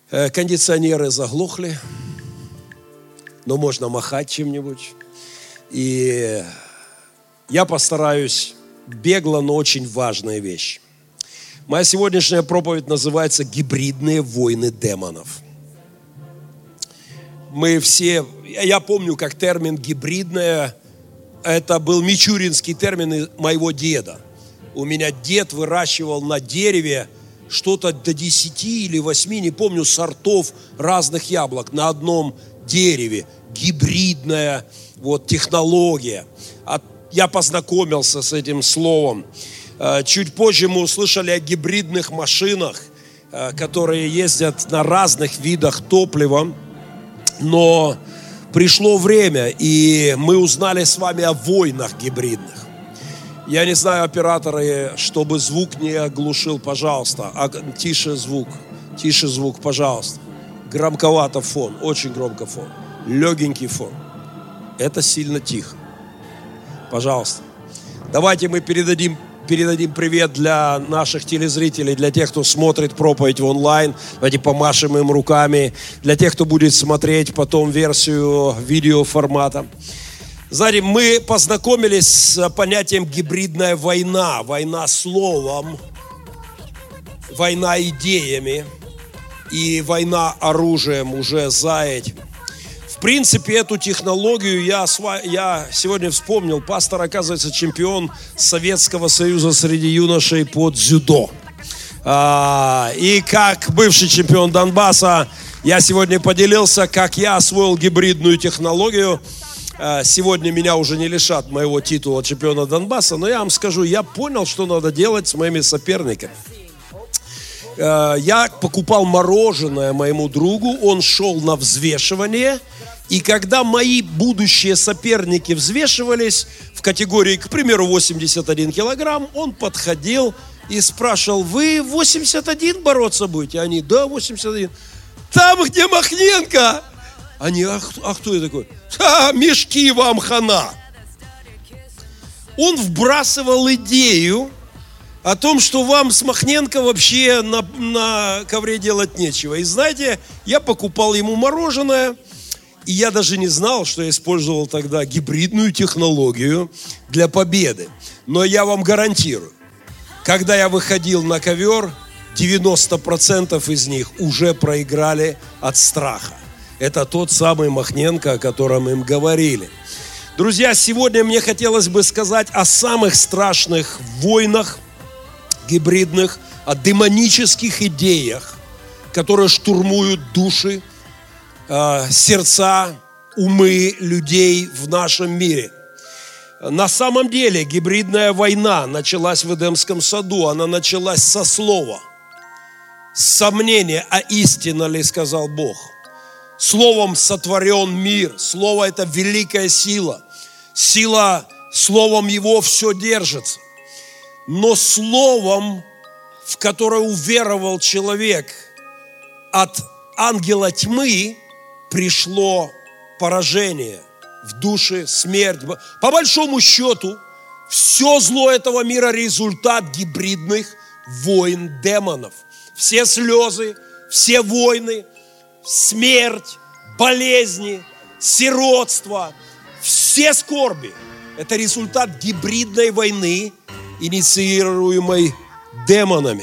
Кондиционеры заглохли, но можно махать чем-нибудь. И я постараюсь бегло, но очень важная вещь. Моя сегодняшняя проповедь называется «Гибридные войны демонов». Мы все, я помню, как термин «гибридное», это был мичуринский термин моего деда. У меня дед выращивал на дереве что-то до 10 или 8, не помню, сортов разных яблок на одном дереве. Гибридная технология. Я познакомился с этим словом. Чуть позже мы услышали о гибридных машинах, которые ездят на разных видах топлива. Но пришло время, и мы узнали с вами о войнах гибридных. Я не знаю, операторы, чтобы звук не оглушил, пожалуйста. Тише звук, пожалуйста. Громковато фон, очень громко фон. Легенький фон. Это сильно тихо. Пожалуйста. Давайте мы передадим привет для наших телезрителей, для тех, кто смотрит проповедь в онлайн. Давайте помашем им руками. Для тех, кто будет смотреть потом версию видеоформата. Знаете, мы познакомились с понятием гибридная война. Война словом, война идеями и война оружием уже за этим. В принципе, эту технологию я сегодня вспомнил. Пастор, оказывается, чемпион Советского Союза среди юношей по дзюдо. И как бывший чемпион Донбасса, я сегодня поделился, как я освоил гибридную технологию. Сегодня меня уже не лишат моего титула чемпиона Донбасса, но я вам скажу, я понял, что надо делать с моими соперниками. Я покупал мороженое моему другу, он шел на взвешивание, и когда мои будущие соперники взвешивались в категории, к примеру, 81 килограмм, он подходил и спрашивал: вы 81 бороться будете? Они: да, 81. Там, где Махненко. Они: а кто я такой? Мешки вам хана. Он вбрасывал идею о том, что вам с Махненко вообще на ковре делать нечего. И знаете, я покупал ему мороженое, и я даже не знал, что я использовал тогда гибридную технологию для победы. Но я вам гарантирую, когда я выходил на ковер, 90% из них уже проиграли от страха. Это тот самый Махненко, о котором им говорили. Друзья, сегодня мне хотелось бы сказать о самых страшных войнах гибридных, о демонических идеях, которые штурмуют души, сердца, умы людей в нашем мире. На самом деле гибридная война началась в Эдемском саду, она началась со слова, с сомнения, а истинно ли сказал Бог. Словом сотворен мир, слово – это великая сила, словом его все держится. Но словом, в которое уверовал человек от ангела тьмы, пришло поражение в душе, смерть. По большому счету, все зло этого мира – результат гибридных войн демонов. Все слезы, все войны, смерть, болезни, сиротство, все скорби – это результат гибридной войны, инициируемой демонами.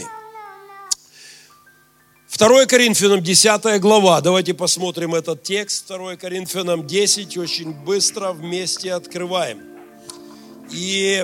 2 Коринфянам 10 глава. Давайте посмотрим этот текст. 2 Коринфянам 10. Очень быстро вместе открываем. И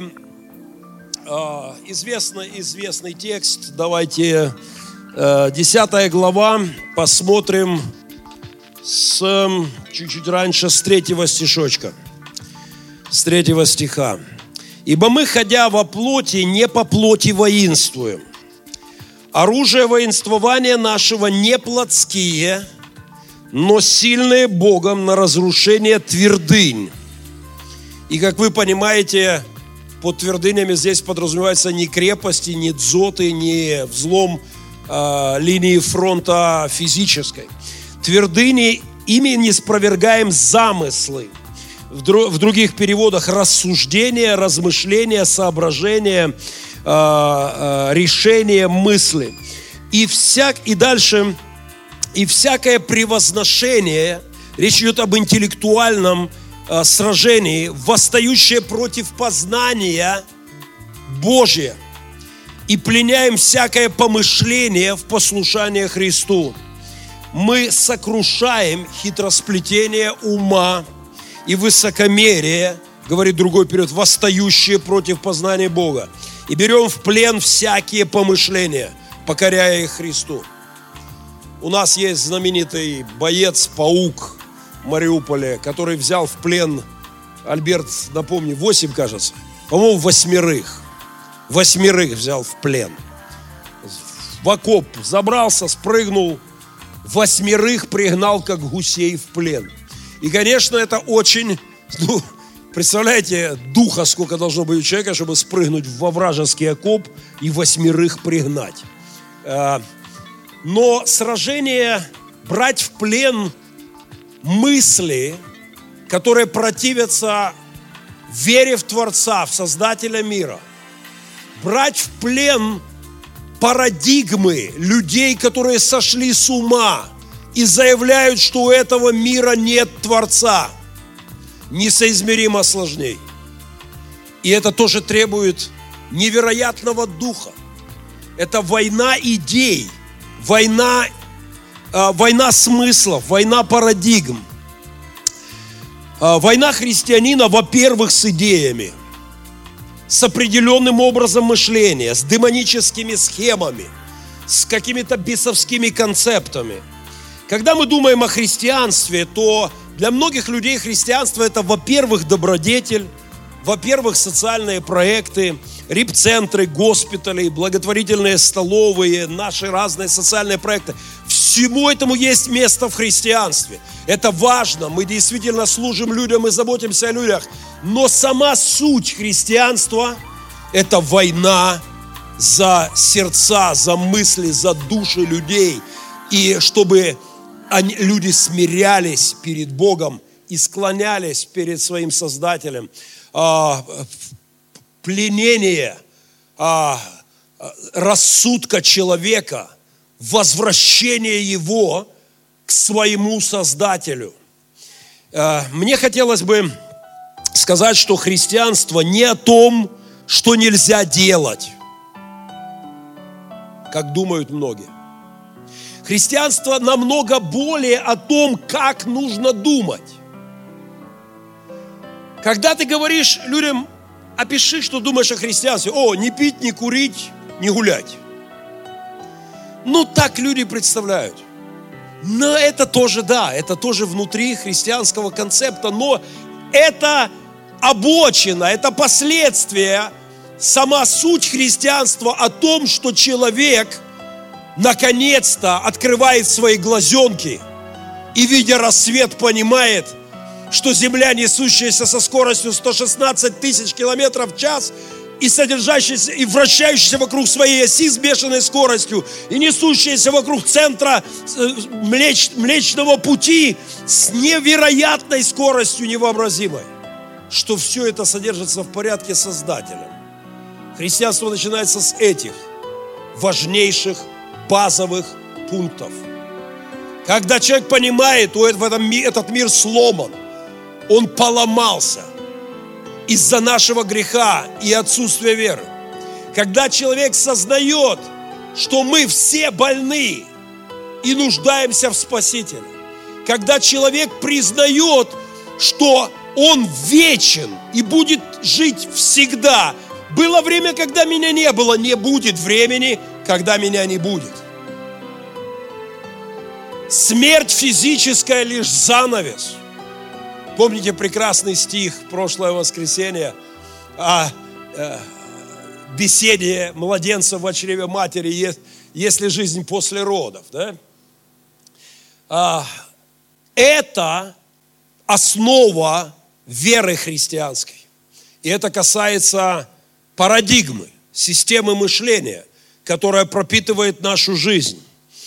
известный текст. Давайте 10 глава посмотрим чуть-чуть раньше, с 3 стишочка. С 3 стиха. «Ибо мы, ходя во плоти, не по плоти воинствуем. Оружие воинствования нашего не плотские, но сильные Богом на разрушение твердынь». И, как вы понимаете, под твердынями здесь подразумеваются не крепости, не дзоты, не взлом линии фронта физической. Твердыни, ими не спровергаем замыслы. В других переводах рассуждения, размышления, соображения, решения, мысли. И дальше И всякое превозношение, речь идет об интеллектуальном сражении, восстающее против познания Божия. И пленяем всякое помышление в послушание Христу. Мы сокрушаем хитросплетение ума и высокомерие, говорит другой период, восстающие против познания Бога. И берем в плен всякие помышления, покоряя их Христу. У нас есть знаменитый боец-паук в Мариуполе, который взял в плен, Альберт, напомни, 8, кажется, по-моему, 8. 8 взял в плен. В окоп забрался, спрыгнул, 8 пригнал, как гусей, в плен. И, конечно, это очень, представляете, духа сколько должно быть у человека, чтобы спрыгнуть во вражеский окоп и 8 пригнать. Но сражение, брать в плен мысли, которые противятся вере в Творца, в Создателя мира, брать в плен парадигмы людей, которые сошли с ума и заявляют, что у этого мира нет Творца, несоизмеримо сложней. И это тоже требует невероятного духа. Это война идей, война смыслов, война парадигм. Война христианина, во-первых, с идеями, с определенным образом мышления, с демоническими схемами, с какими-то бесовскими концептами. Когда мы думаем о христианстве, то для многих людей христианство – это, во-первых, добродетель, во-первых, социальные проекты, репцентры, госпитали, благотворительные столовые, наши разные социальные проекты. Всему этому есть место в христианстве. Это важно, мы действительно служим людям и заботимся о людях. Но сама суть христианства – это война за сердца, за мысли, за души людей. И чтобы люди смирялись перед Богом и склонялись перед своим Создателем. Пленение рассудка человека, возвращение его к своему Создателю. Мне хотелось бы сказать, что христианство не о том, что нельзя делать, как думают многие. Христианство намного более о том, как нужно думать. Когда ты говоришь людям, опиши, что думаешь о христианстве. Не пить, не курить, не гулять. Так люди представляют. Но это тоже, да, это тоже внутри христианского концепта, но это обочина, это последствия, сама суть христианства о том, что человек наконец-то открывает свои глазенки и, видя рассвет, понимает, что земля, несущаяся со скоростью 116 тысяч километров в час и содержащаяся и вращающаяся вокруг своей оси с бешеной скоростью и несущаяся вокруг центра Млечного Пути с невероятной скоростью невообразимой, что все это содержится в порядке Создателя. Христианство начинается с этих важнейших базовых пунктов. Когда человек понимает, этот мир сломан, он поломался из-за нашего греха и отсутствия веры. Когда человек сознает, что мы все больны и нуждаемся в Спасителе. Когда человек признает, что он вечен и будет жить всегда. Было время, когда меня не было, не будет времени, когда меня не будет. Смерть физическая лишь занавес. Помните прекрасный стих прошлое воскресенье о беседе младенца в чреве матери, есть ли жизнь после родов, да? Это основа веры христианской. И это касается парадигмы, системы мышления, которая пропитывает нашу жизнь.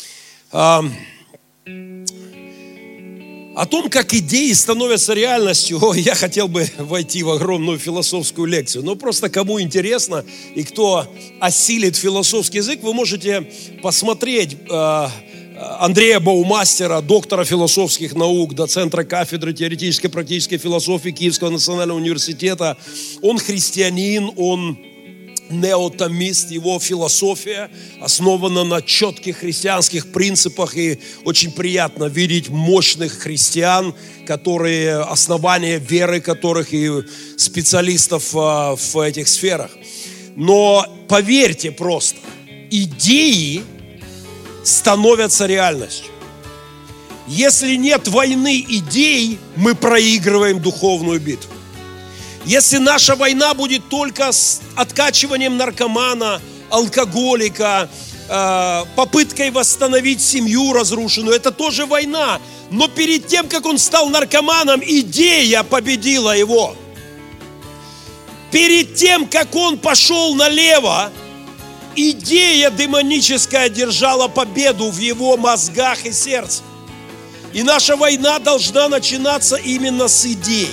О том, как идеи становятся реальностью, я хотел бы войти в огромную философскую лекцию. Но просто кому интересно и кто осилит философский язык, вы можете посмотреть Андрея Баумастера, доктора философских наук, доцентра кафедры теоретической и практической философии Киевского национального университета. Он христианин, он неотомист, его философия основана на четких христианских принципах, и очень приятно видеть мощных христиан, которые, основания веры которых и специалистов в этих сферах. Но поверьте просто, идеи становятся реальностью. Если нет войны идей, мы проигрываем духовную битву. Если наша война будет только с откачиванием наркомана, алкоголика, попыткой восстановить семью разрушенную, это тоже война. Но перед тем, как он стал наркоманом, идея победила его. Перед тем, как он пошел налево, идея демоническая держала победу в его мозгах и сердце. И наша война должна начинаться именно с идей.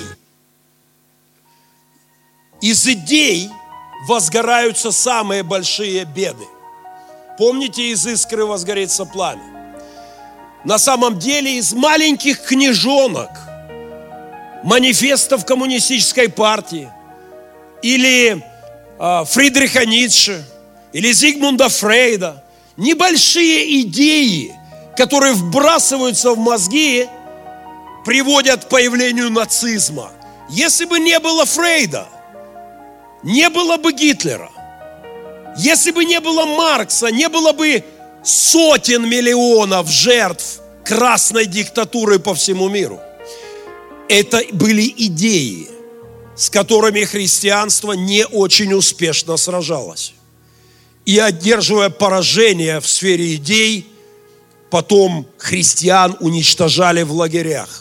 Из идей возгораются самые большие беды. Помните, из искры возгорится пламя. На самом деле из маленьких книжонок, манифестов коммунистической партии, или Фридриха Ницше, или Зигмунда Фрейда, небольшие идеи, которые вбрасываются в мозги, приводят к появлению нацизма. Если бы не было Фрейда, не было бы Гитлера. Если бы не было Маркса, не было бы сотен миллионов жертв красной диктатуры по всему миру. Это были идеи, с которыми христианство не очень успешно сражалось. И одерживая поражение в сфере идей, потом христиан уничтожали в лагерях.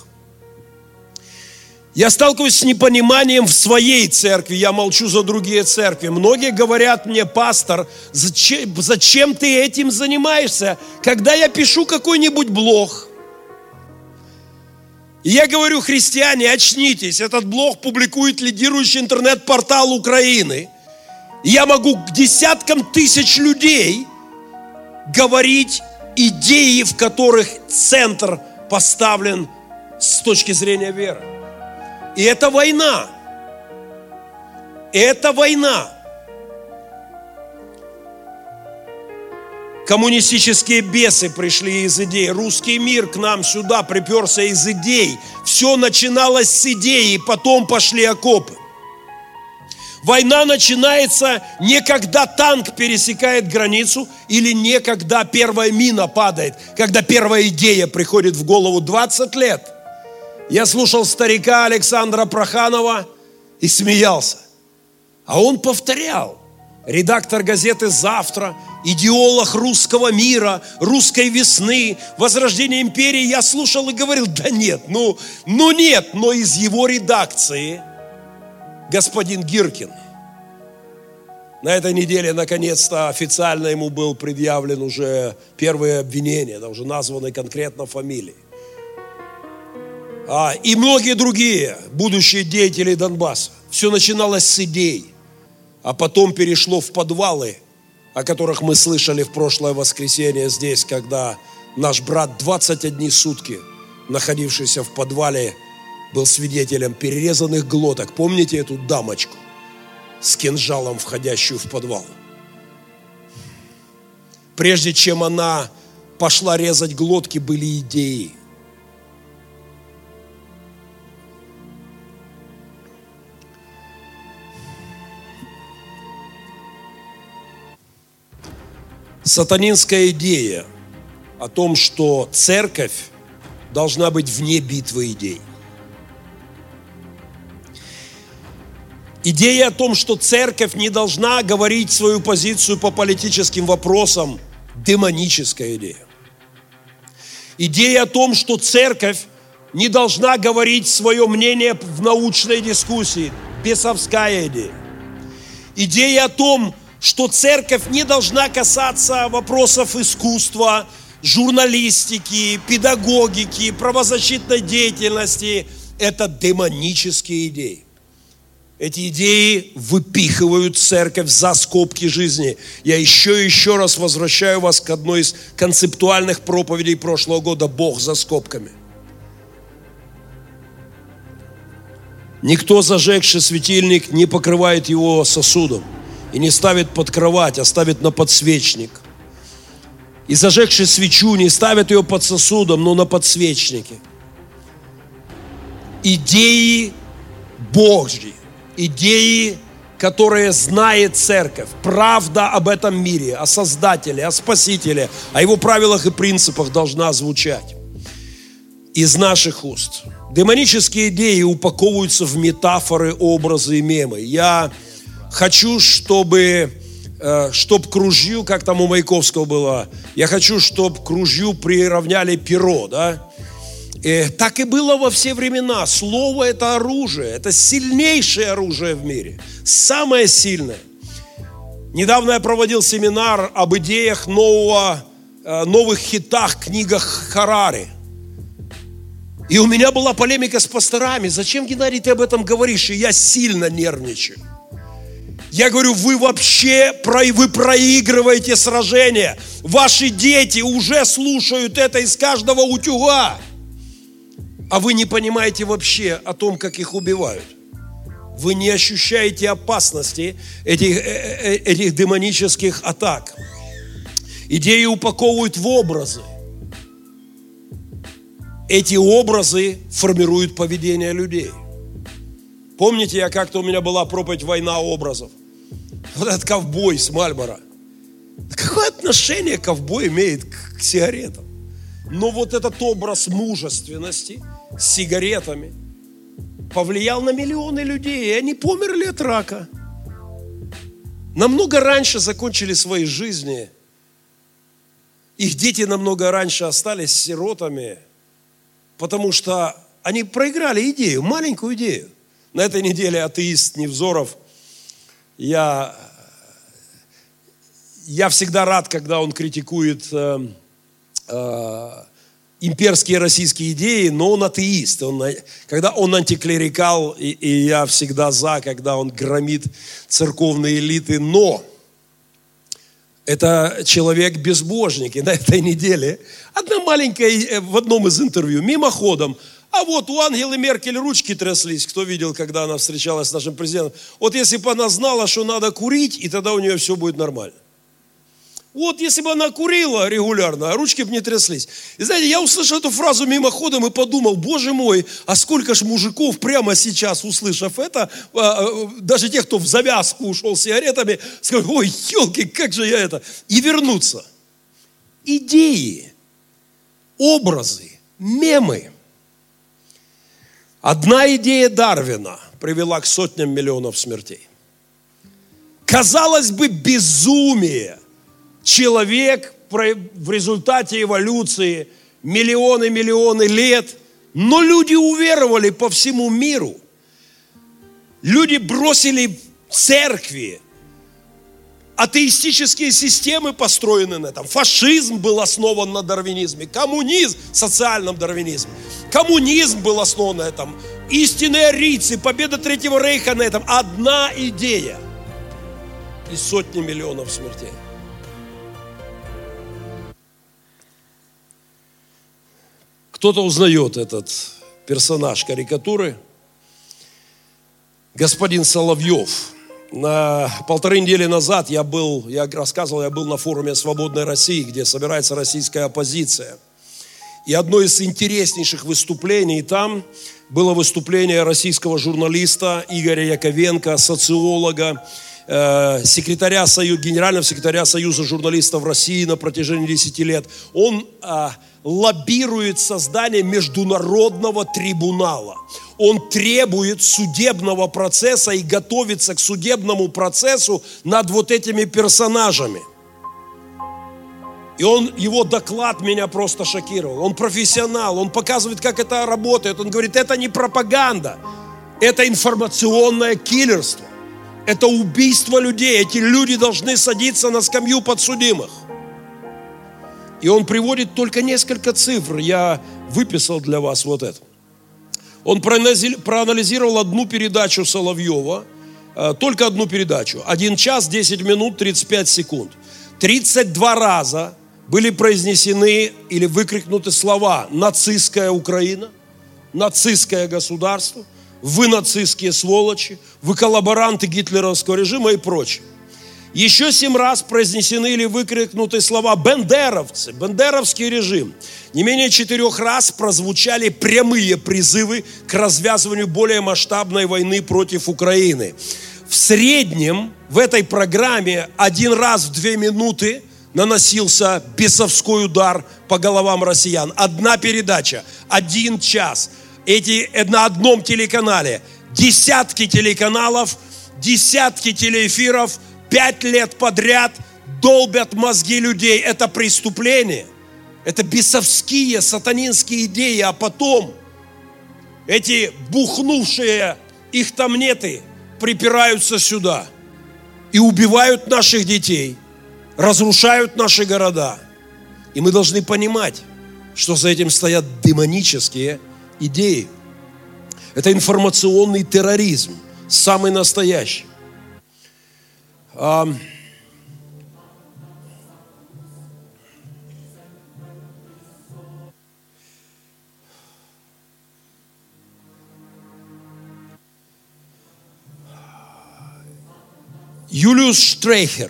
Я сталкиваюсь с непониманием в своей церкви, я молчу за другие церкви. Многие говорят мне: пастор, зачем ты этим занимаешься, когда я пишу какой-нибудь блог? И я говорю: христиане, очнитесь, этот блог публикует лидирующий интернет-портал Украины. И я могу к десяткам тысяч людей говорить идеи, в которых центр поставлен с точки зрения веры. И это война. Это война. Коммунистические бесы пришли из идей. Русский мир к нам сюда приперся из идей. Все начиналось с идеи, потом пошли окопы. Война начинается не когда танк пересекает границу или не когда первая мина падает, когда первая идея приходит в голову. 20 лет. Я слушал старика Александра Проханова и смеялся. А он повторял. Редактор газеты «Завтра», идеолог русского мира, русской весны, возрождения империи. Я слушал и говорил: да нет, нет. Но из его редакции господин Гиркин. На этой неделе, наконец-то, официально ему был предъявлен уже первые обвинения, да, уже названы конкретно фамилии. И многие другие будущие деятели Донбасса. Все начиналось с идей, а потом перешло в подвалы, о которых мы слышали в прошлое воскресенье здесь, когда наш брат 21 сутки, находившийся в подвале, был свидетелем перерезанных глоток. Помните эту дамочку с кинжалом, входящую в подвал? Прежде чем она пошла резать глотки, были идеи. Сатанинская идея о том, что церковь должна быть вне битвы идей. Идея о том, что церковь не должна говорить свою позицию по политическим вопросам, демоническая идея. Идея о том, что церковь не должна говорить свое мнение в научной дискуссии, бесовская идея. Идея о том, что церковь не должна касаться вопросов искусства, журналистики, педагогики, правозащитной деятельности. Это демонические идеи. Эти идеи выпихивают церковь за скобки жизни. Я еще и еще раз возвращаю вас к одной из концептуальных проповедей прошлого года: Бог за скобками. Никто, зажегший светильник, не покрывает его сосудом и не ставит под кровать, а ставит на подсвечник. И зажегший свечу не ставит ее под сосудом, но на подсвечнике. Идеи Божьи, идеи, которые знает церковь, правда об этом мире, о Создателе, о Спасителе, о Его правилах и принципах должна звучать из наших уст. Демонические идеи упаковываются в метафоры, образы и мемы. Я хочу, чтобы к ружью, как там у Маяковского было, я хочу, чтобы к ружью приравняли перо, да? Так и было во все времена. Слово – это оружие, это сильнейшее оружие в мире, самое сильное. Недавно я проводил семинар об идеях новых хитах, книгах Харари. И у меня была полемика с пасторами. Зачем, Геннадий, ты об этом говоришь? И я сильно нервничаю. Я говорю, вы проигрываете сражение. Ваши дети уже слушают это из каждого утюга. А вы не понимаете вообще о том, как их убивают. Вы не ощущаете опасности этих демонических атак. Идеи упаковывают в образы. Эти образы формируют поведение людей. Помните, у меня была проповедь «Война образов». Вот этот ковбой с Мальборо. Какое отношение ковбой имеет к сигаретам? Но вот этот образ мужественности с сигаретами повлиял на миллионы людей, и они померли от рака. Намного раньше закончили свои жизни. Их дети намного раньше остались сиротами, потому что они проиграли идею, маленькую идею. На этой неделе атеист Невзоров, я всегда рад, когда он критикует имперские российские идеи, но он атеист. Когда он антиклерикал, и я всегда за, когда он громит церковные элиты, но это человек-безбожник. И на этой неделе одна маленькая, в одном из интервью, мимоходом, а вот у Ангелы Меркель ручки тряслись, кто видел, когда она встречалась с нашим президентом. Вот если бы она знала, что надо курить, и тогда у нее все будет нормально. Вот если бы она курила регулярно, а ручки бы не тряслись. И знаете, я услышал эту фразу мимоходом и подумал, боже мой, а сколько ж мужиков прямо сейчас, услышав это, даже тех, кто в завязку ушел с сигаретами, скажут, ой, елки, как же я это, и вернутся. Идеи, образы, мемы. Одна идея Дарвина привела к сотням миллионов смертей. Казалось бы, безумие. Человек в результате эволюции миллионы лет, но люди уверовали по всему миру. Люди бросили церкви. Атеистические системы построены на этом. Фашизм был основан на дарвинизме. Коммунизм – социальном дарвинизме. Коммунизм был основан на этом. Истинные арийцы, победа Третьего Рейха на этом. Одна идея. И сотни миллионов смертей. Кто-то узнает этот персонаж карикатуры. Господин Соловьев. На 1,5 недели назад я был на форуме «Свободной России», где собирается российская оппозиция. И одно из интереснейших выступлений там было выступление российского журналиста Игоря Яковенко, социолога, генерального секретаря Союза журналистов России на протяжении 10 лет. Он лоббирует создание международного трибунала. Он требует судебного процесса и готовится к судебному процессу над вот этими персонажами. И его доклад меня просто шокировал. Он профессионал, он показывает, как это работает. Он говорит, это не пропаганда, это информационное киллерство. Это убийство людей. Эти люди должны садиться на скамью подсудимых. И он приводит только несколько цифр. Я выписал для вас вот это. Он проанализировал одну передачу Соловьева только одну передачу. 1 час, 10 минут, 35 секунд. 32 раза были произнесены или выкрикнуты слова «нацистская Украина», «нацистское государство», «вы нацистские сволочи», «вы коллаборанты гитлеровского режима» и прочее. Еще 7 раз произнесены или выкрикнуты слова «бендеровцы», «бендеровский режим». Не менее 4 раз прозвучали прямые призывы к развязыванию более масштабной войны против Украины. В среднем в этой программе 1 раз в 2 минуты наносился бесовской удар по головам россиян. 1 передача, 1 час. На одном телеканале десятки телеканалов, десятки телеэфиров, 5 лет подряд долбят мозги людей. Это преступление. Это бесовские, сатанинские идеи. А потом эти бухнувшие, их там неты, припираются сюда и убивают наших детей, разрушают наши города. И мы должны понимать, что за этим стоят демонические идеи. Это информационный терроризм, самый настоящий. Юлиус Штрейхер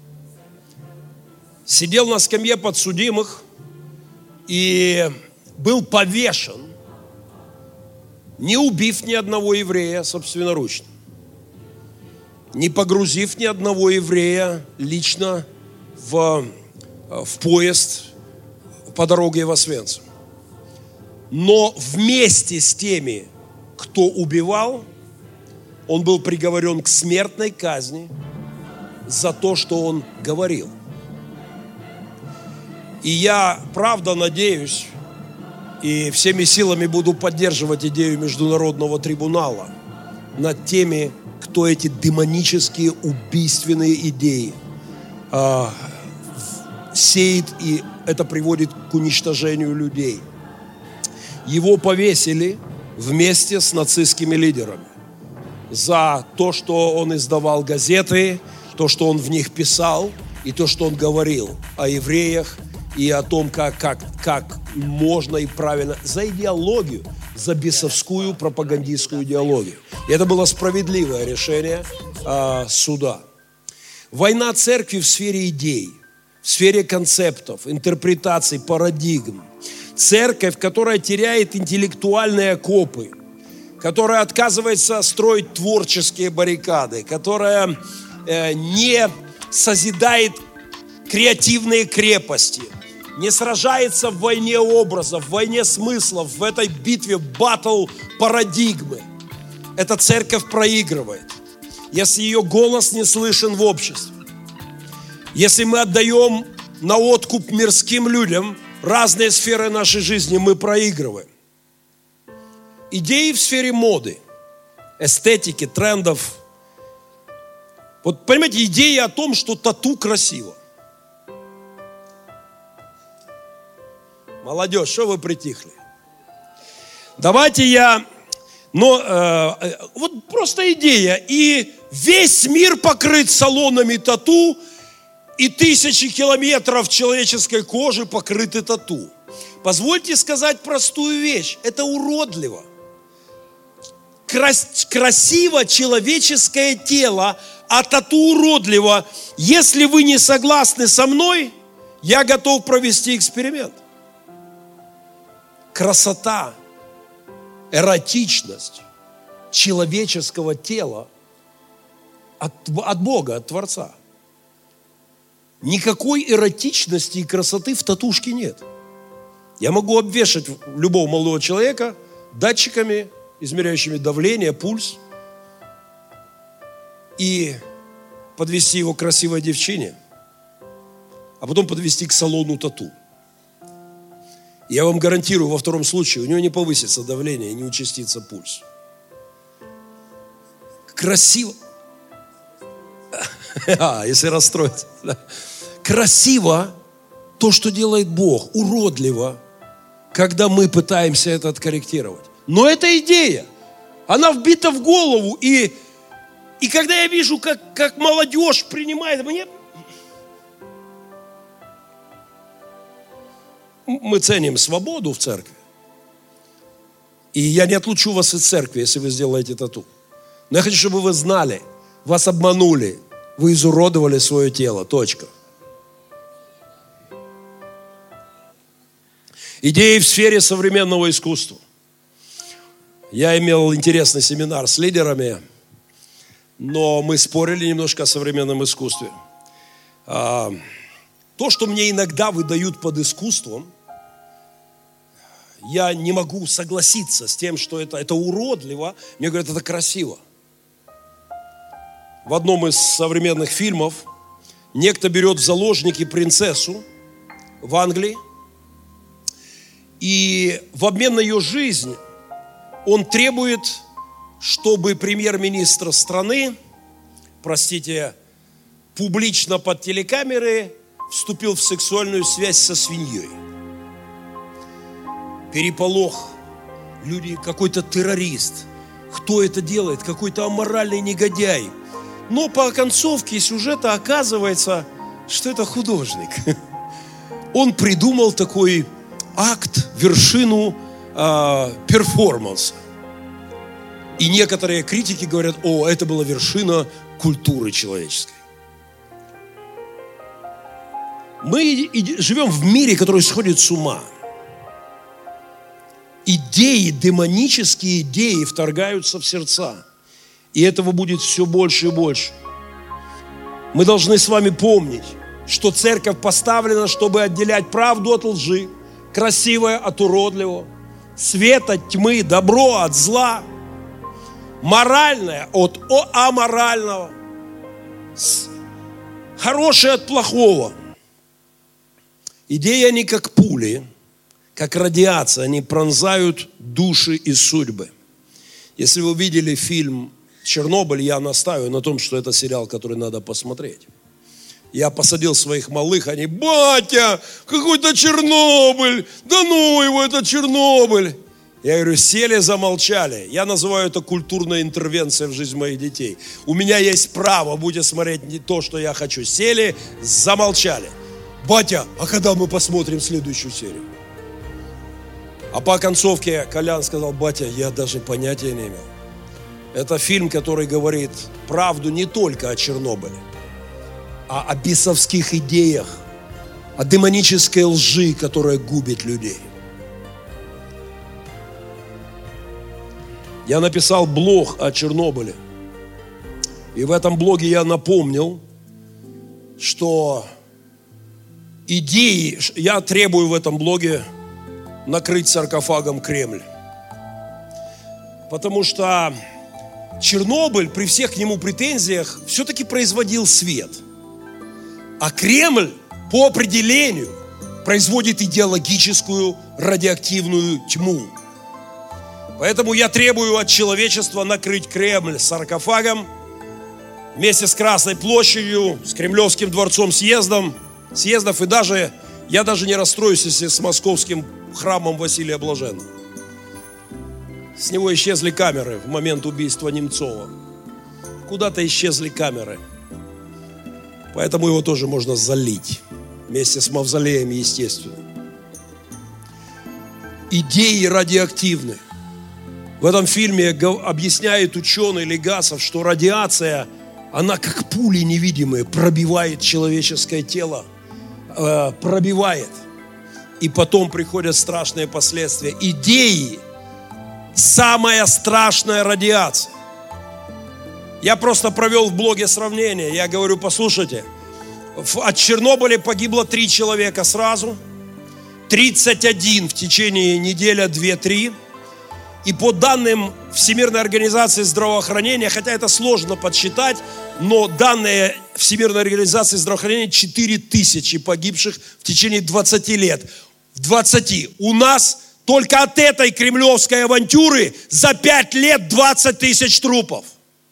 сидел на скамье подсудимых и был повешен, не убив ни одного еврея собственноручно, не погрузив ни одного еврея лично в поезд по дороге в Освенцим. Но вместе с теми, кто убивал, он был приговорен к смертной казни за то, что он говорил. И я правда надеюсь и всеми силами буду поддерживать идею международного трибунала над теми, кто эти демонические убийственные идеи сеет, и это приводит к уничтожению людей. Его повесили вместе с нацистскими лидерами за то, что он издавал газеты, то, что он в них писал, и то, что он говорил о евреях и о том, как можно и правильно, за идеологию, за бесовскую пропагандистскую идеологию. И это было справедливое решение суда. Война церкви в сфере идей, в сфере концептов, интерпретаций, парадигм. Церковь, которая теряет интеллектуальные окопы, которая отказывается строить творческие баррикады, которая не созидает креативные крепости, не сражается в войне образов, в войне смыслов, в этой битве баттл парадигмы. Эта церковь проигрывает, если ее голос не слышен в обществе. Если мы отдаем на откуп мирским людям разные сферы нашей жизни, мы проигрываем. Идеи в сфере моды, эстетики, трендов. Вот понимаете, идея о том, что тату красиво. Молодежь, что вы притихли? Давайте вот просто идея. И весь мир покрыт салонами тату, и 1000 километров человеческой кожи покрыты тату. Позвольте сказать простую вещь. Это уродливо. Красиво человеческое тело, а тату уродливо. Если вы не согласны со мной, я готов провести эксперимент. Красота, эротичность человеческого тела от Бога, от Творца. Никакой эротичности и красоты в татушке нет. Я могу обвешать любого молодого человека датчиками, измеряющими давление, пульс, и подвести его к красивой девчине, а потом подвести к салону тату. Я вам гарантирую, во втором случае у него не повысится давление и не участится пульс. Красиво. Если расстроиться. Красиво то, что делает Бог. Уродливо, когда мы пытаемся это откорректировать. Но эта идея, она вбита в голову, и И когда я вижу, как молодежь принимает, мы ценим свободу в церкви. И я не отлучу вас из церкви, если вы сделаете тату. Но я хочу, чтобы вы знали, вас обманули, вы изуродовали свое тело. Точка. Идеи в сфере современного искусства. Я имел интересный семинар с лидерами, но мы спорили немножко о современном искусстве. То, что мне иногда выдают под искусством, я не могу согласиться с тем, что это уродливо. Мне говорят, это красиво. В одном из современных фильмов некто берет в заложники принцессу в Англии, и в обмен на ее жизнь он требует, чтобы премьер-министр страны, публично под телекамеры вступил в сексуальную связь со свиньей. Переполох. Люди, какой-то террорист. Кто это делает? Какой-то аморальный негодяй. Но по концовке сюжета оказывается, что это художник. Он придумал такой акт, вершину перформанса. И некоторые критики говорят, это была вершина культуры человеческой. Мы живем в мире, который сходит с ума. Идеи, демонические идеи вторгаются в сердца. И этого будет все больше и больше. Мы должны с вами помнить, что церковь поставлена, чтобы отделять правду от лжи, красивое от уродливого, свет от тьмы, добро от зла, моральное от аморального, хорошее от плохого. Идеи, они как пули, как радиация, они пронзают души и судьбы. Если вы видели фильм «Чернобыль», я настаиваю на том, что это сериал, который надо посмотреть. Я посадил своих малых, они: батя, какой-то Чернобыль, да ну его, это Чернобыль. Я говорю, сели, замолчали. Я называю это культурной интервенцией в жизнь моих детей. У меня есть право, будете смотреть не то, что я хочу. Сели, замолчали. Батя, а когда мы посмотрим следующую серию? А по концовке Колян сказал: батя, я даже понятия не имел. Это фильм, который говорит правду не только о Чернобыле, а о бесовских идеях, о демонической лжи, которая губит людей. Я написал блог о Чернобыле. И в этом блоге я напомнил, что идеи, я требую в этом блоге накрыть саркофагом Кремль. Потому что Чернобыль, при всех к нему претензиях, все-таки производил свет. А Кремль по определению производит идеологическую радиоактивную тьму. Поэтому я требую от человечества накрыть Кремль саркофагом вместе с Красной площадью, с Кремлевским дворцом, съездов. И я даже не расстроюсь, если с московским храмом Василия Блаженного. С него исчезли камеры в момент убийства Немцова. Куда-то исчезли камеры. Поэтому его тоже можно залить. Вместе с мавзолеем, естественно. Идеи радиоактивны. В этом фильме объясняет ученый Легасов, что радиация, она как пули невидимые, пробивает человеческое тело. Пробивает. И потом приходят страшные последствия. Идеи – самая страшная радиация. Я просто провел в блоге сравнение. Я говорю, послушайте, от Чернобыля погибло 3 человека сразу, 31 в течение недели, 2-3. И по данным Всемирной организации здравоохранения, хотя это сложно подсчитать, но данные Всемирной организации здравоохранения 4000 погибших в течение 20 лет. В 20. У нас только от этой кремлевской авантюры за 5 лет 20 тысяч трупов.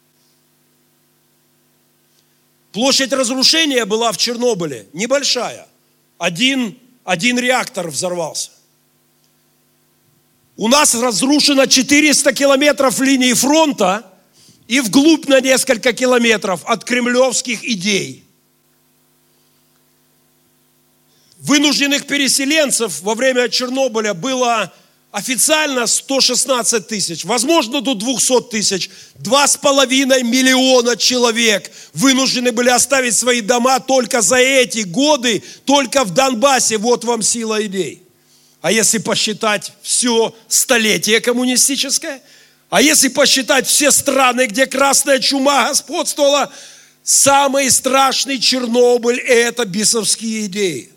Площадь разрушения была в Чернобыле небольшая. Один реактор взорвался. У нас разрушено 400 километров линии фронта, и вглубь на несколько километров от кремлевских идей. Вынужденных переселенцев во время Чернобыля было официально 116 тысяч, возможно, до 200 тысяч. 2,5 миллиона человек вынуждены были оставить свои дома только за эти годы, только в Донбассе. Вот вам сила идей. А если посчитать все столетие коммунистическое, а если посчитать все страны, где красная чума господствовала, самый страшный Чернобыль – это бесовские идеи.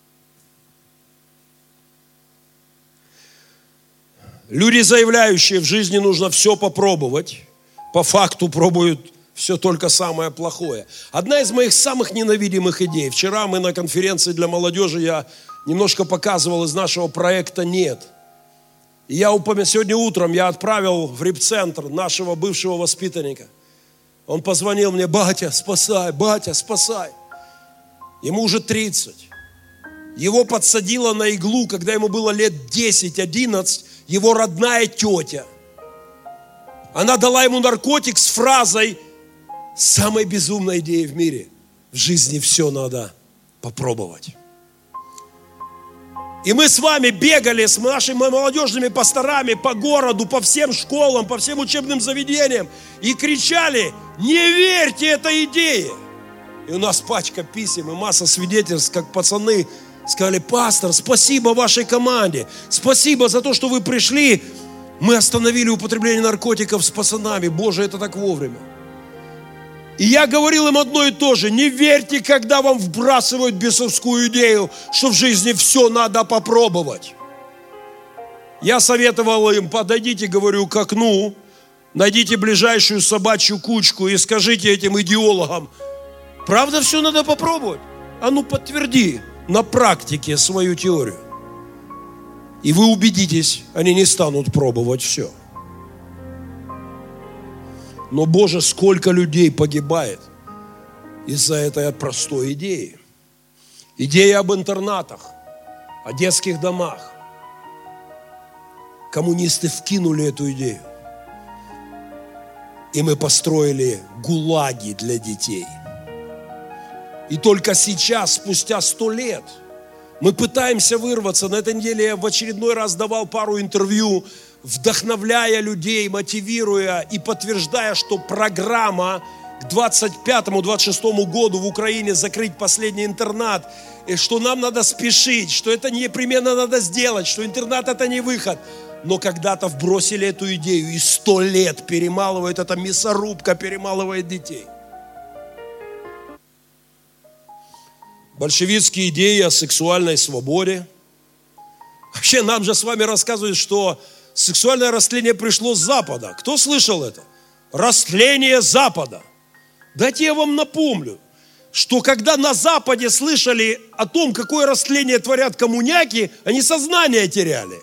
Люди, заявляющие, в жизни нужно все попробовать, по факту пробуют все только самое плохое. Одна из моих самых ненавидимых идей. Вчера мы на конференции для молодежи, я немножко показывал из нашего проекта «Нет». И сегодня утром я отправил в репцентр нашего бывшего воспитанника. Он позвонил мне: батя, спасай, батя, спасай. Ему уже 30. Его подсадила на иглу, когда ему было лет 10-11, его родная тетя. Она дала ему наркотик с фразой: самой безумной идеей в мире. В жизни все надо попробовать. И мы с вами бегали с нашими молодежными пасторами по городу, по всем школам, по всем учебным заведениям и кричали: не верьте этой идее. И у нас пачка писем и масса свидетельств, как пацаны сказали: пастор, спасибо вашей команде, спасибо за то, что вы пришли. Мы остановили употребление наркотиков с пацанами. Боже, это так вовремя. И я говорил им одно и то же: не верьте, когда вам вбрасывают бесовскую идею, что в жизни все надо попробовать. Я советовал им: подойдите, говорю, к окну, найдите ближайшую собачью кучку и скажите этим идеологам: правда все надо попробовать? А ну подтверди на практике свою теорию. И вы убедитесь, они не станут пробовать все. Но, Боже, сколько людей погибает из-за этой простой идеи. Идея об интернатах, о детских домах. Коммунисты вкинули эту идею. И мы построили гулаги для детей. И только сейчас, спустя 100 лет, мы пытаемся вырваться. На этой неделе я в очередной раз давал пару интервью, вдохновляя людей, мотивируя и подтверждая, что программа к 25-26 году в Украине закрыть последний интернат, и что нам надо спешить, что это непременно надо сделать, что интернат это не выход. Но когда-то вбросили эту идею, и 100 лет перемалывает, эта мясорубка перемалывает детей. Большевистские идеи о сексуальной свободе. Вообще нам же с вами рассказывают, что сексуальное растление пришло с Запада. Кто слышал это? Растление Запада. Дайте я вам напомню, что когда на Западе слышали о том, какое растление творят коммуняки, они сознание теряли.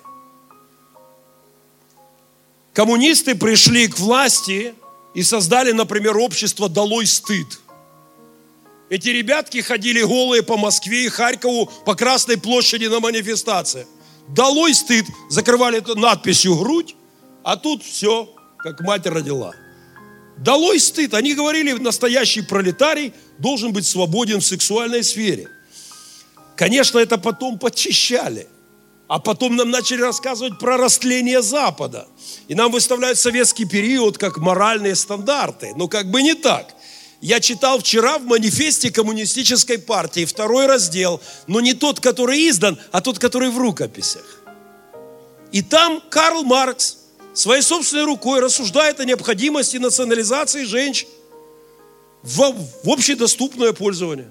Коммунисты пришли к власти и создали, например, общество «Долой стыд». Эти ребятки ходили голые по Москве и Харькову по Красной площади на манифестации. «Долой стыд», закрывали это надписью «грудь», а тут все, как мать родила. «Долой стыд». Они говорили, настоящий пролетарий должен быть свободен в сексуальной сфере. Конечно, это потом подчищали. А потом нам начали рассказывать про растление Запада. И нам выставляют советский период как моральные стандарты. Но как бы не так. Я читал вчера в манифесте коммунистической партии 2 раздел, но не тот, который издан, а тот, который в рукописях. И там Карл Маркс своей собственной рукой рассуждает о необходимости национализации женщин в общедоступное пользование.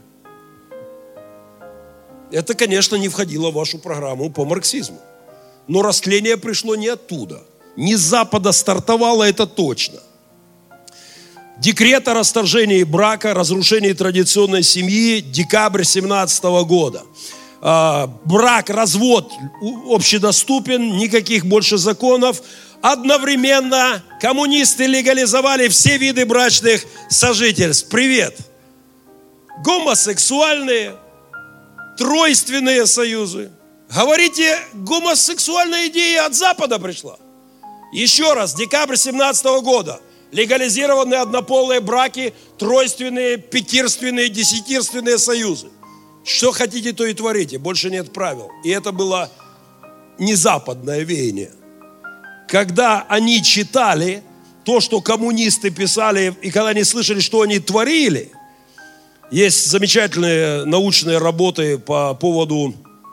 Это, конечно, не входило в вашу программу по марксизму. Но растление пришло не оттуда. Не с Запада стартовало, это точно. Декрет о расторжении брака, разрушении традиционной семьи, декабрь 2017 года. Брак, развод общедоступен, никаких больше законов. Одновременно коммунисты легализовали все виды брачных сожительств. Привет! Гомосексуальные, тройственные союзы. Говорите, гомосексуальная идея от Запада пришла? Еще раз, декабрь 2017 года. Легализированы однополые браки, тройственные, пятирственные, десятирственные союзы. Что хотите, то и творите. Больше нет правил. И это было не западное веяние. Когда они читали то, что коммунисты писали, и когда они слышали, что они творили, есть замечательные научные работы по поводу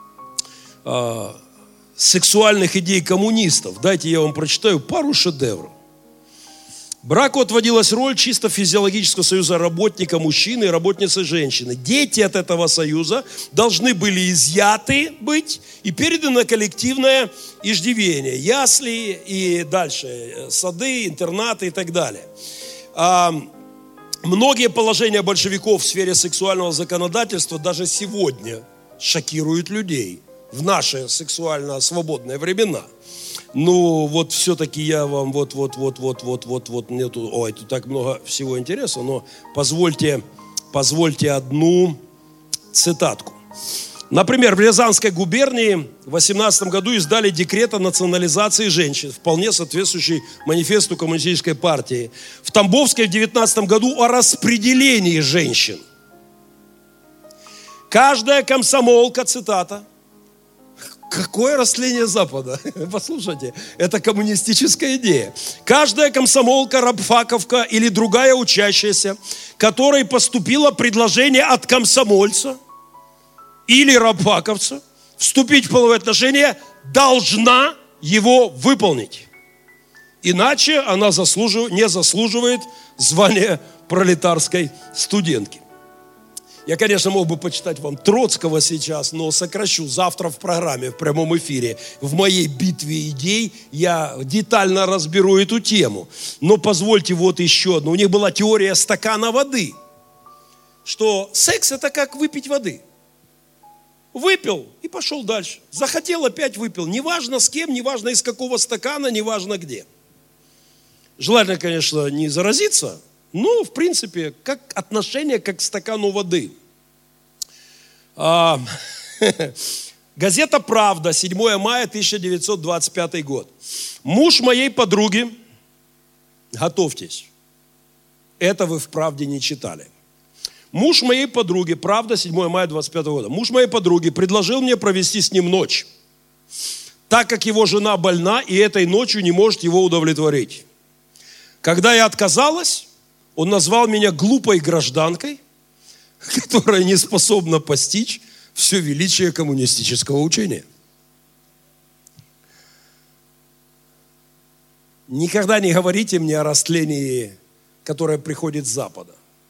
сексуальных идей коммунистов. Дайте я вам прочитаю пару шедевров. Браку отводилась роль чисто физиологического союза работника мужчины и работницы женщины. Дети от этого союза должны были изъяты быть и переданы на коллективное иждивение. Ясли и дальше сады, интернаты и так далее. Многие положения большевиков в сфере сексуального законодательства даже сегодня шокируют людей в наши сексуально свободные времена. Ну, вот все-таки я вам мне тут так много всего интересного, но позвольте одну цитатку. Например, в Рязанской губернии в 18 году издали декрет о национализации женщин, вполне соответствующий манифесту Коммунистической партии. В Тамбовской в 19 году о распределении женщин. Каждая комсомолка, цитата, какое растление Запада? Послушайте, это коммунистическая идея. Каждая комсомолка, рабфаковка или другая учащаяся, которой поступило предложение от комсомольца или рабфаковца вступить в половые отношения, должна его выполнить. Иначе она не заслуживает звания пролетарской студентки. Я, конечно, мог бы почитать вам Троцкого сейчас, но сокращу. Завтра в программе, в прямом эфире, в моей битве идей я детально разберу эту тему. Но позвольте вот еще одну. У них была теория стакана воды, что секс это как выпить воды. Выпил и пошел дальше. Захотел, опять выпил. Неважно с кем, неважно из какого стакана, неважно где. Желательно, конечно, не заразиться. Ну, в принципе, как отношение как к стакану воды. Газета «Правда», 7 мая 1925 год. Муж моей подруги, готовьтесь, это вы в «Правде» не читали. Муж моей подруги, «Правда», 7 мая 1925 года. Муж моей подруги предложил мне провести с ним ночь, так как его жена больна и этой ночью не может его удовлетворить. Когда я отказалась, он назвал меня глупой гражданкой, которая не способна постичь все величие коммунистического учения. Никогда не говорите мне о растлении, которое приходит с Запада.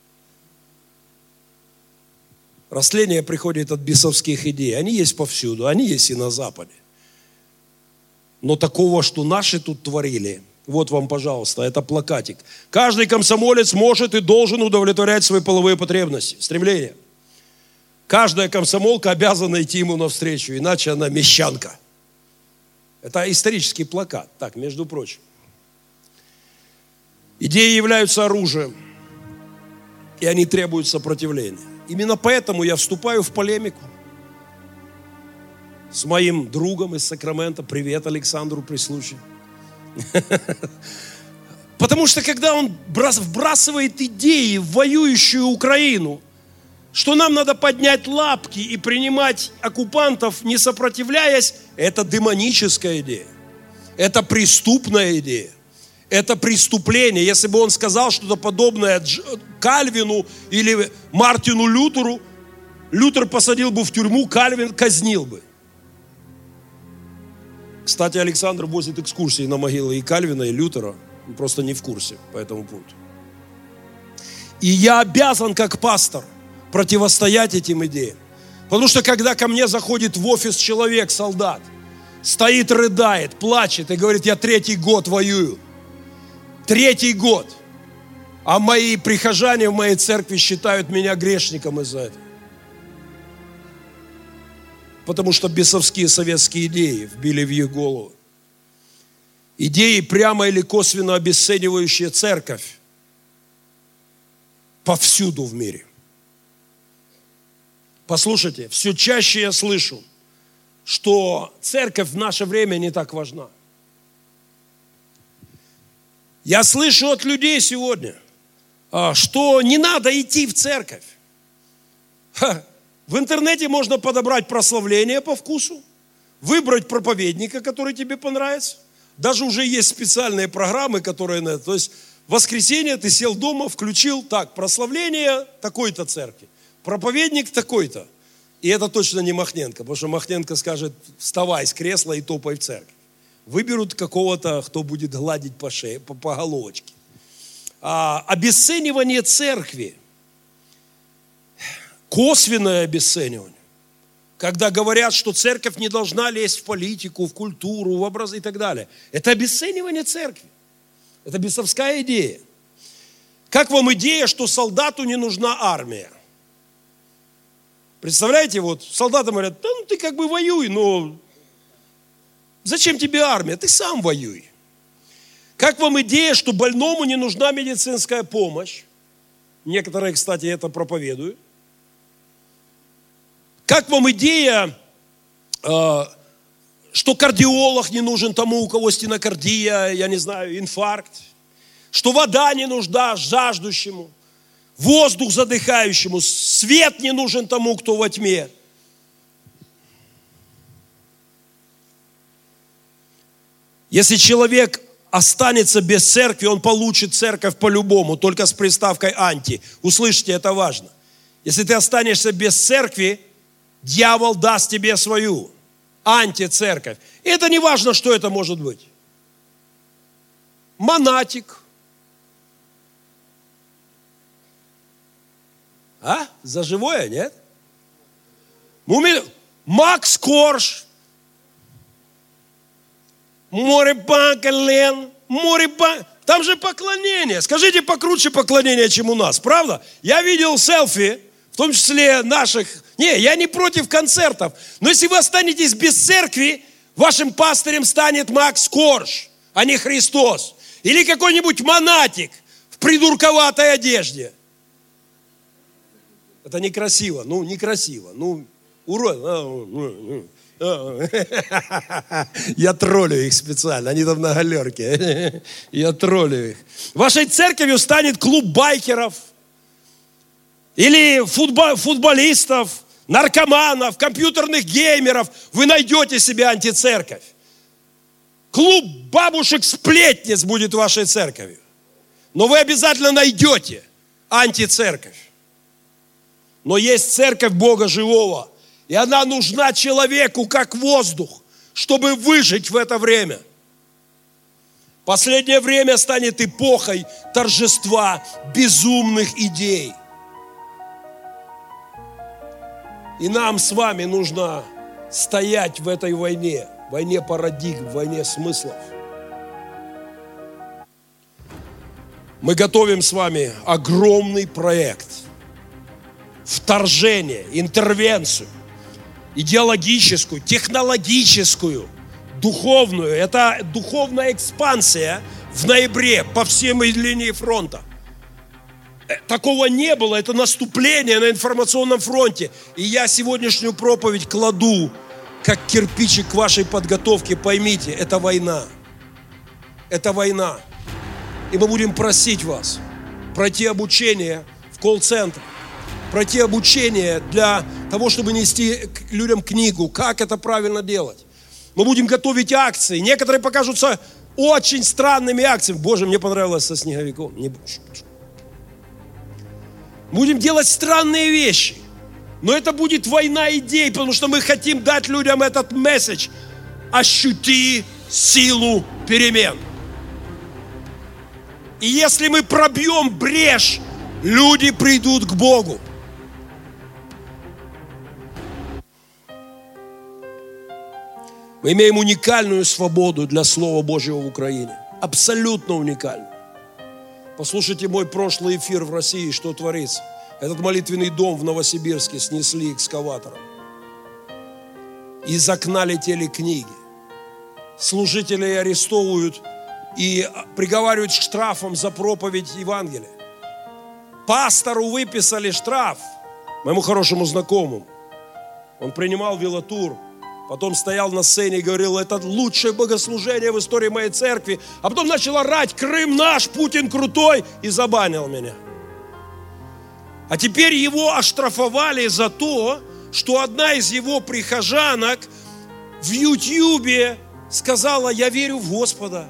Растление приходит от бесовских идей. Они есть повсюду, они есть и на Западе. Но такого, что наши тут творили, вот вам, пожалуйста, это плакатик. Каждый комсомолец может и должен удовлетворять свои половые потребности, стремления. Каждая комсомолка обязана идти ему навстречу, иначе она мещанка. Это исторический плакат, так, между прочим. Идеи являются оружием, и они требуют сопротивления. Именно поэтому я вступаю в полемику с моим другом из Сакрамента. Привет Александру при случае. Потому что когда он вбрасывает идеи в воюющую Украину, что нам надо поднять лапки и принимать оккупантов, не сопротивляясь, это демоническая идея. Это преступная идея. Это преступление. Если бы он сказал что-то подобное Кальвину или Мартину Лютеру, Лютер посадил бы в тюрьму, Кальвин казнил бы. Кстати, Александр возит экскурсии на могилы и Кальвина, и Лютера. Он просто не в курсе по этому пункту. И я обязан, как пастор, противостоять этим идеям. Потому что когда ко мне заходит в офис человек, солдат, стоит, рыдает, плачет и говорит, я 3-й год воюю. 3-й год. А мои прихожане в моей церкви считают меня грешником из-за этого. Потому что бесовские советские идеи вбили в их голову. Идеи, прямо или косвенно обесценивающие церковь повсюду в мире. Послушайте, все чаще я слышу, что церковь в наше время не так важна. Я слышу от людей сегодня, что не надо идти в церковь. В интернете можно подобрать прославление по вкусу, выбрать проповедника, который тебе понравится. Даже уже есть специальные программы, которые... То есть в воскресенье ты сел дома, включил, так, прославление такой-то церкви, проповедник такой-то. И это точно не Махненко, потому что Махненко скажет, вставай с кресла и топай в церковь. Выберут какого-то, кто будет гладить по шее, по головочке. Обесценивание церкви, косвенное обесценивание. Когда говорят, что церковь не должна лезть в политику, в культуру, в образы и так далее. Это обесценивание церкви. Это бесовская идея. Как вам идея, что солдату не нужна армия? Представляете, вот солдатам говорят, да ну ты как бы воюй, но зачем тебе армия? Ты сам воюй. Как вам идея, что больному не нужна медицинская помощь? Некоторые, кстати, это проповедуют. Как вам идея, что кардиолог не нужен тому, у кого стенокардия, я не знаю, инфаркт? Что вода не нужна жаждущему, воздух задыхающему, свет не нужен тому, кто во тьме? Если человек останется без церкви, он получит церковь по-любому, только с приставкой «анти». Услышите, это важно. Если ты останешься без церкви, дьявол даст тебе свою антицерковь. И это не важно, что это может быть. Монатик. За живое, нет? Макс Корж. Море-Банка-Лен. Там же поклонение. Скажите, покруче поклонение, чем у нас, правда? Я видел селфи, в том числе наших. Не, я не против концертов. Но если вы останетесь без церкви, вашим пастырем станет Макс Корж, а не Христос. Или какой-нибудь монатик в придурковатой одежде. Это некрасиво. Некрасиво. Урод. Я троллю их специально. Они там на галерке. Я троллю их. Вашей церковью станет клуб байкеров. Или футболистов, наркоманов, компьютерных геймеров. Вы найдете себе антицерковь. Клуб бабушек-сплетниц будет вашей церковью. Но вы обязательно найдете антицерковь. Но есть церковь Бога живого. И она нужна человеку, как воздух, чтобы выжить в это время. Последнее время станет эпохой торжества безумных идей. И нам с вами нужно стоять в этой войне, войне парадигм, войне смыслов. Мы готовим с вами огромный проект. Вторжение, интервенцию, идеологическую, технологическую, духовную. Это духовная экспансия в ноябре по всей линии фронта. Такого не было, это наступление на информационном фронте. И я сегодняшнюю проповедь кладу как кирпичик к вашей подготовке. Поймите, это война. Это война. И мы будем просить вас пройти обучение в колл-центре. Пройти обучение для того, чтобы нести людям книгу, как это правильно делать. Мы будем готовить акции. Некоторые покажутся очень странными акциями. Боже, мне понравилось со снеговиком. Будем делать странные вещи. Но это будет война идей, потому что мы хотим дать людям этот месседж. Ощути силу перемен. И если мы пробьем брешь, люди придут к Богу. Мы имеем уникальную свободу для Слова Божьего в Украине. Абсолютно уникальную. Послушайте мой прошлый эфир в России, что творится. Этот молитвенный дом в Новосибирске снесли экскаватором. Из окна летели книги. Служителей арестовывают и приговаривают к штрафам за проповедь Евангелия. Пастору выписали штраф, моему хорошему знакомому. Он принимал велотур. Потом стоял на сцене и говорил, это лучшее богослужение в истории моей церкви. А потом начал орать, Крым наш, Путин крутой, и забанил меня. А теперь его оштрафовали за то, что одна из его прихожанок в Ютьюбе сказала, я верю в Господа.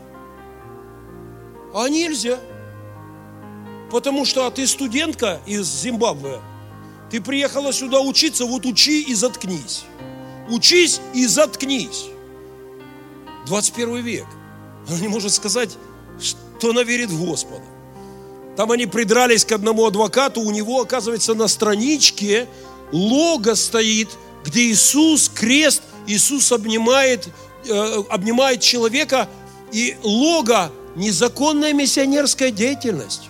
А нельзя. Потому что ты студентка из Зимбабве. Ты приехала сюда учиться, вот учи и заткнись. Учись и заткнись. 21 век. Она не может сказать, что она верит в Господа. Там они придрались к одному адвокату, у него, оказывается, на страничке лого стоит, где Иисус, крест, Иисус обнимает человека, и лого – незаконная миссионерская деятельность.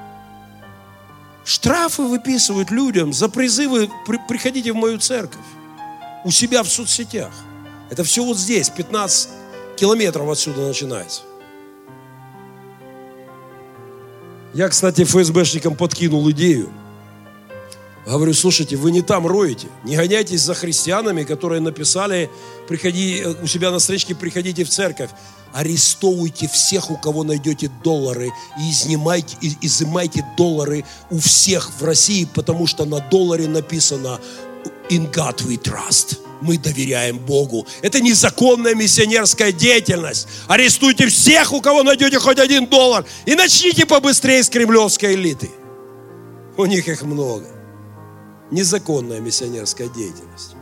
Штрафы выписывают людям за призывы «приходите в мою церковь» у себя в соцсетях. Это все вот здесь, 15 километров отсюда начинается. Я, кстати, ФСБшникам подкинул идею. Говорю, слушайте, вы не там роете. Не гоняйтесь за христианами, которые написали у себя на страничке «приходите в церковь». Арестовывайте всех, у кого найдете доллары, и изымайте доллары у всех в России, потому что на долларе написано «In God we trust». Мы доверяем Богу. Это незаконная миссионерская деятельность. Арестуйте всех, у кого найдете хоть $1, и начните побыстрее с кремлевской элиты. У них их много. Незаконная миссионерская деятельность.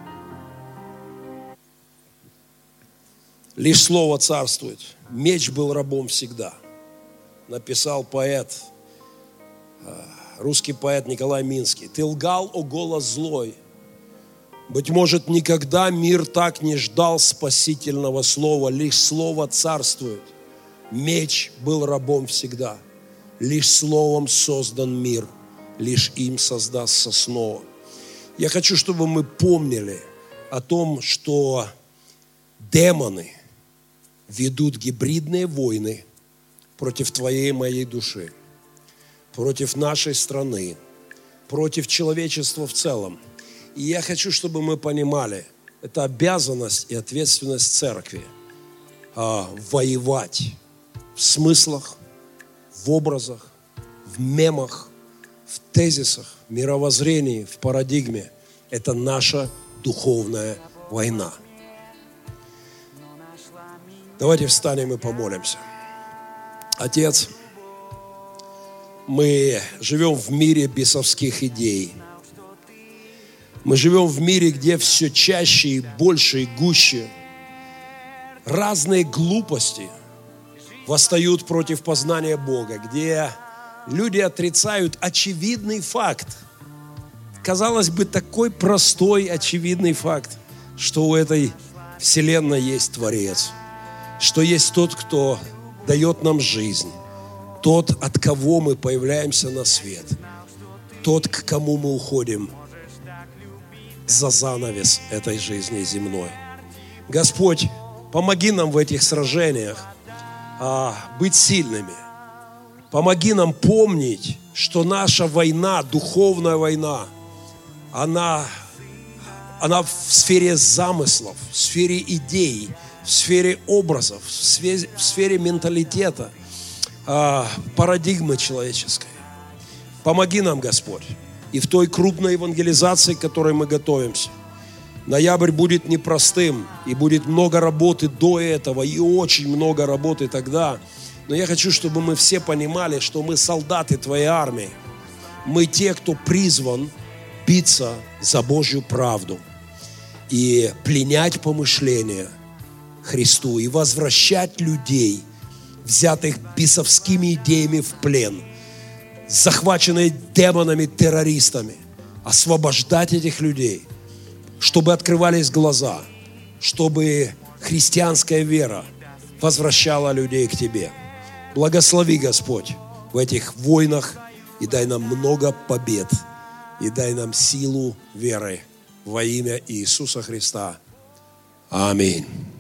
Лишь слово царствует. Меч был рабом всегда. Написал поэт, русский поэт Николай Минский. Ты лгал, о голос злой. Быть может, никогда мир так не ждал спасительного слова. Лишь слово царствует. Меч был рабом всегда. Лишь словом создан мир. Лишь им создастся снова. Я хочу, чтобы мы помнили о том, что демоны ведут гибридные войны против твоей и моей души, против нашей страны, против человечества в целом. И я хочу, чтобы мы понимали, это обязанность и ответственность церкви воевать в смыслах, в образах, в мемах, в тезисах, в мировоззрении, в парадигме. Это наша духовная война. Давайте встанем и помолимся. Отец, мы живем в мире бесовских идей. Мы живем в мире, где все чаще и больше и гуще разные глупости восстают против познания Бога, где люди отрицают очевидный факт. Казалось бы, такой простой, очевидный факт, что у этой вселенной есть Творец, что есть тот, кто дает нам жизнь, тот, от кого мы появляемся на свет, тот, к кому мы уходим за занавес этой жизни земной. Господь, помоги нам в этих сражениях быть сильными. Помоги нам помнить, что наша война, духовная война, она в сфере замыслов, в сфере идей, в сфере образов, в сфере менталитета, парадигмы человеческой. Помоги нам, Господь, и в той крупной евангелизации, к которой мы готовимся. Ноябрь будет непростым, и будет много работы до этого, и очень много работы тогда. Но я хочу, чтобы мы все понимали, что мы солдаты Твоей армии. Мы те, кто призван биться за Божью правду и пленять помышления Христу и возвращать людей, взятых бесовскими идеями в плен, захваченные демонами, террористами, освобождать этих людей, чтобы открывались глаза, чтобы христианская вера возвращала людей к Тебе. Благослови, Господь, в этих войнах и дай нам много побед, и дай нам силу веры во имя Иисуса Христа. Аминь.